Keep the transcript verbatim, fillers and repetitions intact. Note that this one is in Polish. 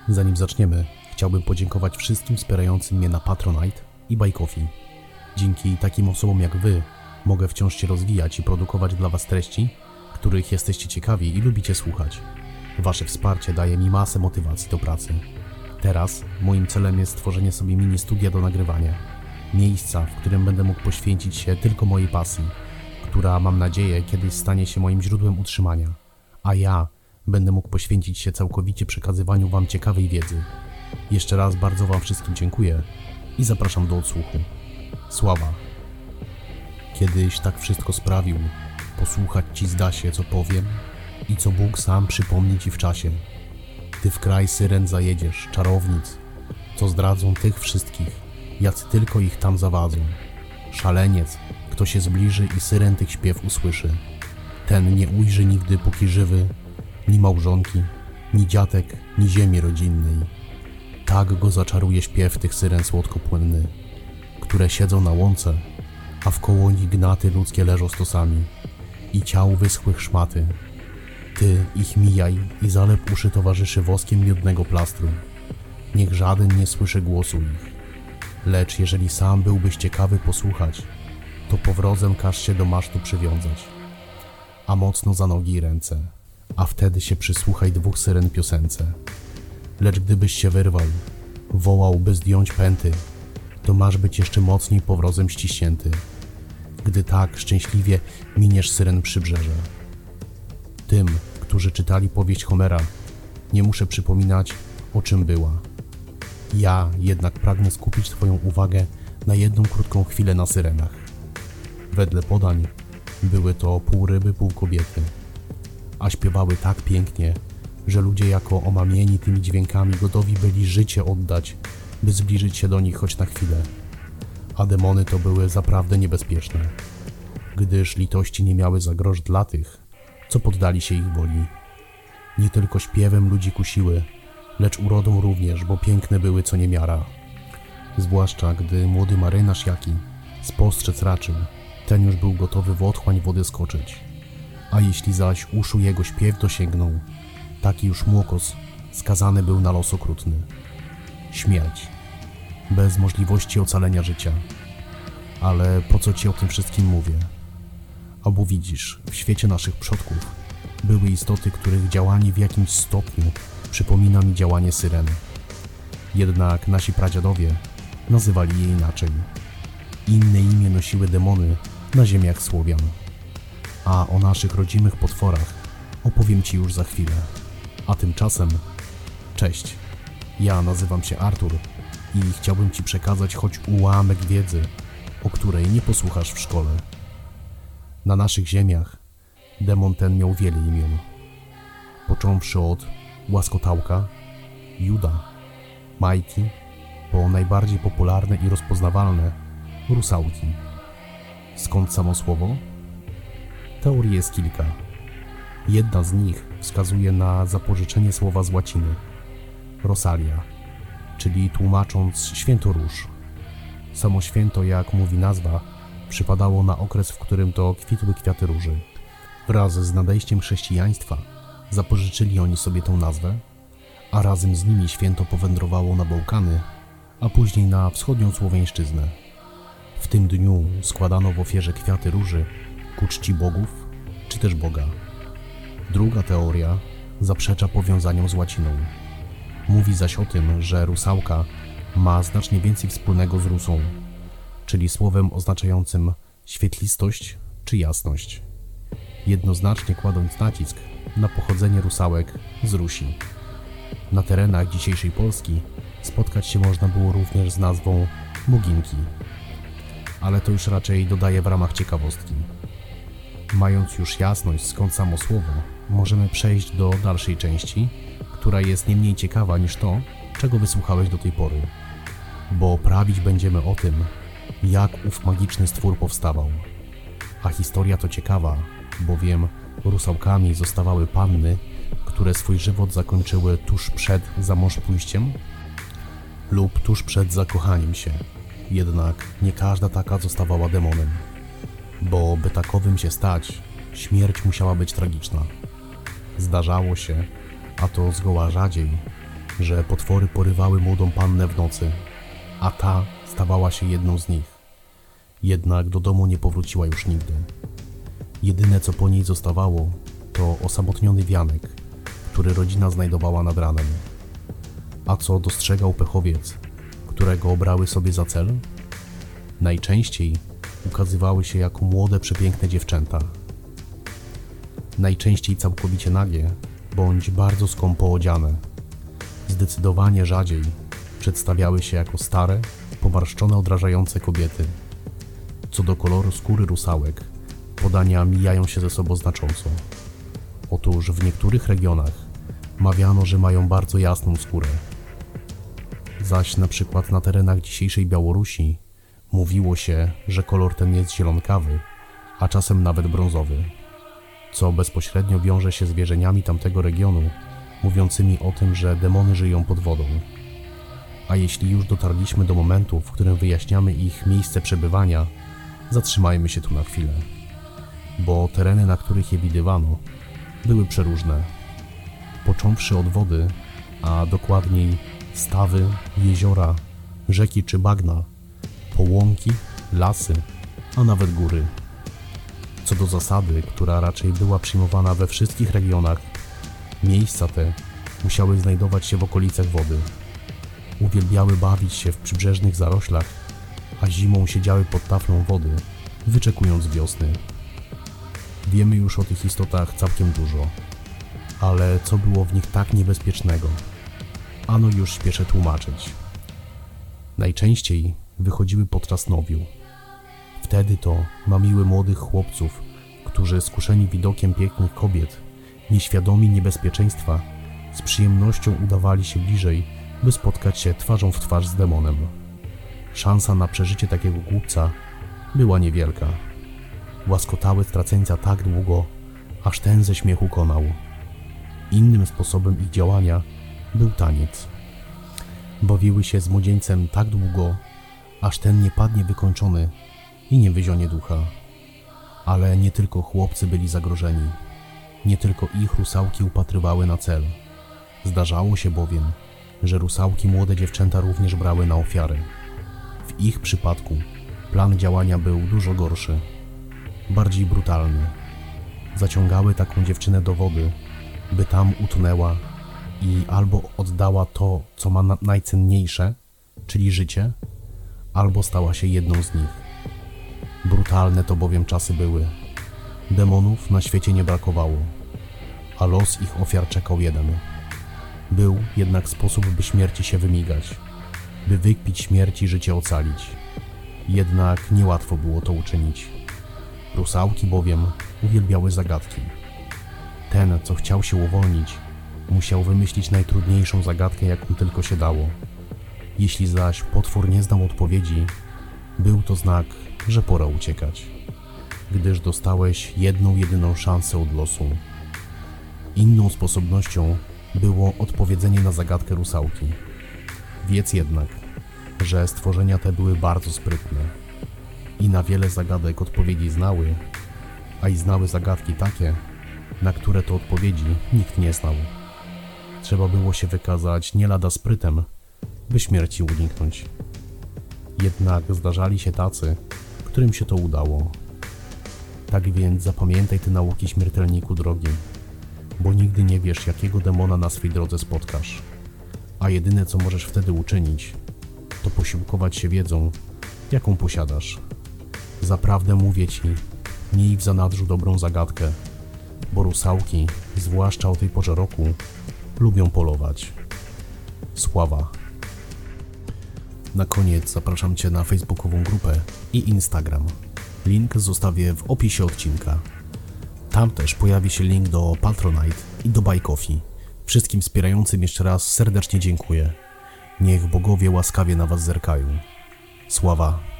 Zanim zaczniemy, chciałbym podziękować wszystkim wspierającym mnie na Patronite i Buy Coffee. Dzięki takim osobom jak wy mogę wciąż się rozwijać i produkować dla was treści, których jesteście ciekawi i lubicie słuchać. Wasze wsparcie daje mi masę motywacji do pracy. Teraz moim celem jest stworzenie sobie mini studia do nagrywania. Miejsca, w którym będę mógł poświęcić się tylko mojej pasji, która, mam nadzieję, kiedyś stanie się moim źródłem utrzymania. A ja będę mógł poświęcić się całkowicie przekazywaniu wam ciekawej wiedzy. Jeszcze raz bardzo wam wszystkim dziękuję i zapraszam do odsłuchu. Sława. Kiedyś tak wszystko sprawił, posłuchać ci zda się, co powiem i co Bóg sam przypomni ci w czasie. Ty w kraj syren zajedziesz, czarownic, co zdradzą tych wszystkich, jacy tylko ich tam zawadzą. Szaleniec, kto się zbliży i syren tych śpiew usłyszy. Ten nie ujrzy nigdy, póki żywy, ni małżonki, ni dziatek, ni ziemi rodzinnej. Tak go zaczaruje śpiew tych syren słodkopłynny, które siedzą na łące, a wkoło nich gnaty ludzkie leżą stosami i ciał wyschłych szmaty. Ty ich mijaj i zalep uszy towarzyszy woskiem miodnego plastru. Niech żaden nie słyszy głosu ich. Lecz jeżeli sam byłbyś ciekawy posłuchać, to powrodzem każ się do masztu przywiązać, a mocno za nogi i ręce, a wtedy się przysłuchaj dwóch syren piosence. Lecz gdybyś się wyrwał, wołał, by zdjąć pęty, to masz być jeszcze mocniej powrozem ściśnięty, gdy tak szczęśliwie miniesz syren przybrzeże. Tym, którzy czytali powieść Homera, nie muszę przypominać, o czym była. Ja jednak pragnę skupić twoją uwagę na jedną krótką chwilę na syrenach. Wedle podań były to pół ryby, pół kobiety, a śpiewały tak pięknie, że ludzie jako omamieni tymi dźwiękami gotowi byli życie oddać, by zbliżyć się do nich choć na chwilę. A demony to były zaprawdę niebezpieczne, gdyż litości nie miały za grosz dla tych, co poddali się ich woli. Nie tylko śpiewem ludzi kusiły, lecz urodą również, bo piękne były co niemiara. Zwłaszcza gdy młody marynarz jaki spostrzec raczył, ten już był gotowy w otchłań wody skoczyć. A jeśli zaś uszu jego śpiew dosięgnął, taki już młokos skazany był na los okrutny. Śmierć, bez możliwości ocalenia życia. Ale po co ci o tym wszystkim mówię? Albo widzisz, w świecie naszych przodków były istoty, których działanie w jakimś stopniu przypomina mi działanie syreny. Jednak nasi pradziadowie nazywali je inaczej. Inne imię nosiły demony na ziemiach Słowian. A o naszych rodzimych potworach opowiem ci już za chwilę. A tymczasem, cześć, ja nazywam się Artur i chciałbym ci przekazać choć ułamek wiedzy, o której nie posłuchasz w szkole. Na naszych ziemiach demon ten miał wiele imion, począwszy od Łaskotałka, Juda, Majki, po najbardziej popularne i rozpoznawalne Rusałki. Skąd samo słowo? Teorii jest kilka. Jedna z nich wskazuje na zapożyczenie słowa z łaciny Rosalia, czyli tłumacząc święto róż. Samo święto, jak mówi nazwa, przypadało na okres, w którym to kwitły kwiaty róży. Wraz z nadejściem chrześcijaństwa zapożyczyli oni sobie tę nazwę, a razem z nimi święto powędrowało na Bałkany, a później na wschodnią Słowiańszczyznę. W tym dniu składano w ofierze kwiaty róży ku czci bogów, czy też Boga. Druga teoria zaprzecza powiązaniom z łaciną. Mówi zaś o tym, że rusałka ma znacznie więcej wspólnego z rusą, czyli słowem oznaczającym świetlistość czy jasność, jednoznacznie kładąc nacisk na pochodzenie rusałek z Rusi. Na terenach dzisiejszej Polski spotkać się można było również z nazwą Moginki, ale to już raczej dodaję w ramach ciekawostki. Mając już jasność, skąd samo słowo, możemy przejść do dalszej części, która jest nie mniej ciekawa niż to, czego wysłuchałeś do tej pory, bo prawić będziemy o tym, jak ów magiczny stwór powstawał. A historia to ciekawa, bowiem rusałkami zostawały panny, które swój żywot zakończyły tuż przed zamążpójściem lub tuż przed zakochaniem się. Jednak nie każda taka zostawała demonem, bo by takowym się stać, śmierć musiała być tragiczna. Zdarzało się, a to zgoła rzadziej, że potwory porywały młodą pannę w nocy, a ta stawała się jedną z nich. Jednak do domu nie powróciła już nigdy. Jedyne co po niej zostawało, to osamotniony wianek, który rodzina znajdowała nad ranem. A co dostrzegał pechowiec, którego obrały sobie za cel? Najczęściej ukazywały się jako młode, przepiękne dziewczęta. Najczęściej całkowicie nagie, bądź bardzo skąpo odziane. Zdecydowanie rzadziej przedstawiały się jako stare, pomarszczone, odrażające kobiety. Co do koloru skóry rusałek, podania mijają się ze sobą znacząco. Otóż w niektórych regionach mawiano, że mają bardzo jasną skórę. Zaś na przykład na terenach dzisiejszej Białorusi mówiło się, że kolor ten jest zielonkawy, a czasem nawet brązowy, co bezpośrednio wiąże się z wierzeniami tamtego regionu, mówiącymi o tym, że demony żyją pod wodą. A jeśli już dotarliśmy do momentu, w którym wyjaśniamy ich miejsce przebywania, zatrzymajmy się tu na chwilę, bo tereny, na których je widywano, były przeróżne. Począwszy od wody, a dokładniej stawy, jeziora, rzeki czy bagna, po łąki, lasy, a nawet góry. Co do zasady, która raczej była przyjmowana we wszystkich regionach, miejsca te musiały znajdować się w okolicach wody. Uwielbiały bawić się w przybrzeżnych zaroślach, a zimą siedziały pod taflą wody, wyczekując wiosny. Wiemy już o tych istotach całkiem dużo, ale co było w nich tak niebezpiecznego? Ano już śpieszę tłumaczyć. Najczęściej wychodziły podczas nowiu. Wtedy to mamiły młodych chłopców, którzy skuszeni widokiem pięknych kobiet, nieświadomi niebezpieczeństwa, z przyjemnością udawali się bliżej, by spotkać się twarzą w twarz z demonem. Szansa na przeżycie takiego głupca była niewielka. Łaskotały straceńca tak długo, aż ten ze śmiechu konał. Innym sposobem ich działania był taniec. Bawiły się z młodzieńcem tak długo, aż ten nie padnie wykończony i nie wyzionie ducha. Ale nie tylko chłopcy byli zagrożeni. Nie tylko ich rusałki upatrywały na cel. Zdarzało się bowiem, że rusałki młode dziewczęta również brały na ofiarę. W ich przypadku plan działania był dużo gorszy, bardziej brutalny. Zaciągały taką dziewczynę do wody, by tam utonęła i albo oddała to, co ma na- najcenniejsze, czyli życie, albo stała się jedną z nich. Brutalne to bowiem czasy były. Demonów na świecie nie brakowało, a los ich ofiar czekał jeden. Był jednak sposób, by śmierci się wymigać, by wykpić śmierć i życie ocalić. Jednak niełatwo było to uczynić. Rusałki bowiem uwielbiały zagadki. Ten, co chciał się uwolnić, musiał wymyślić najtrudniejszą zagadkę, jaką tylko się dało. Jeśli zaś potwór nie znał odpowiedzi, był to znak, że pora uciekać, gdyż dostałeś jedną, jedyną szansę od losu. Inną sposobnością było odpowiedzenie na zagadkę rusałki. Wiedz jednak, że stworzenia te były bardzo sprytne i na wiele zagadek odpowiedzi znały, a i znały zagadki takie, na które to odpowiedzi nikt nie znał. Trzeba było się wykazać nie lada sprytem, by śmierci uniknąć. Jednak zdarzali się tacy, którym się to udało. Tak więc zapamiętaj te nauki, śmiertelniku drogi, bo nigdy nie wiesz, jakiego demona na swej drodze spotkasz. A jedyne, co możesz wtedy uczynić, to posiłkować się wiedzą, jaką posiadasz. Zaprawdę mówię ci, miej w zanadrzu dobrą zagadkę, bo rusałki, zwłaszcza o tej porze roku, lubią polować. Sława. Na koniec zapraszam Cię na facebookową grupę i Instagram. Link zostawię w opisie odcinka. Tam też pojawi się link do Patronite i do Buy Coffee. Wszystkim wspierającym jeszcze raz serdecznie dziękuję. Niech bogowie łaskawie na Was zerkają. Sława.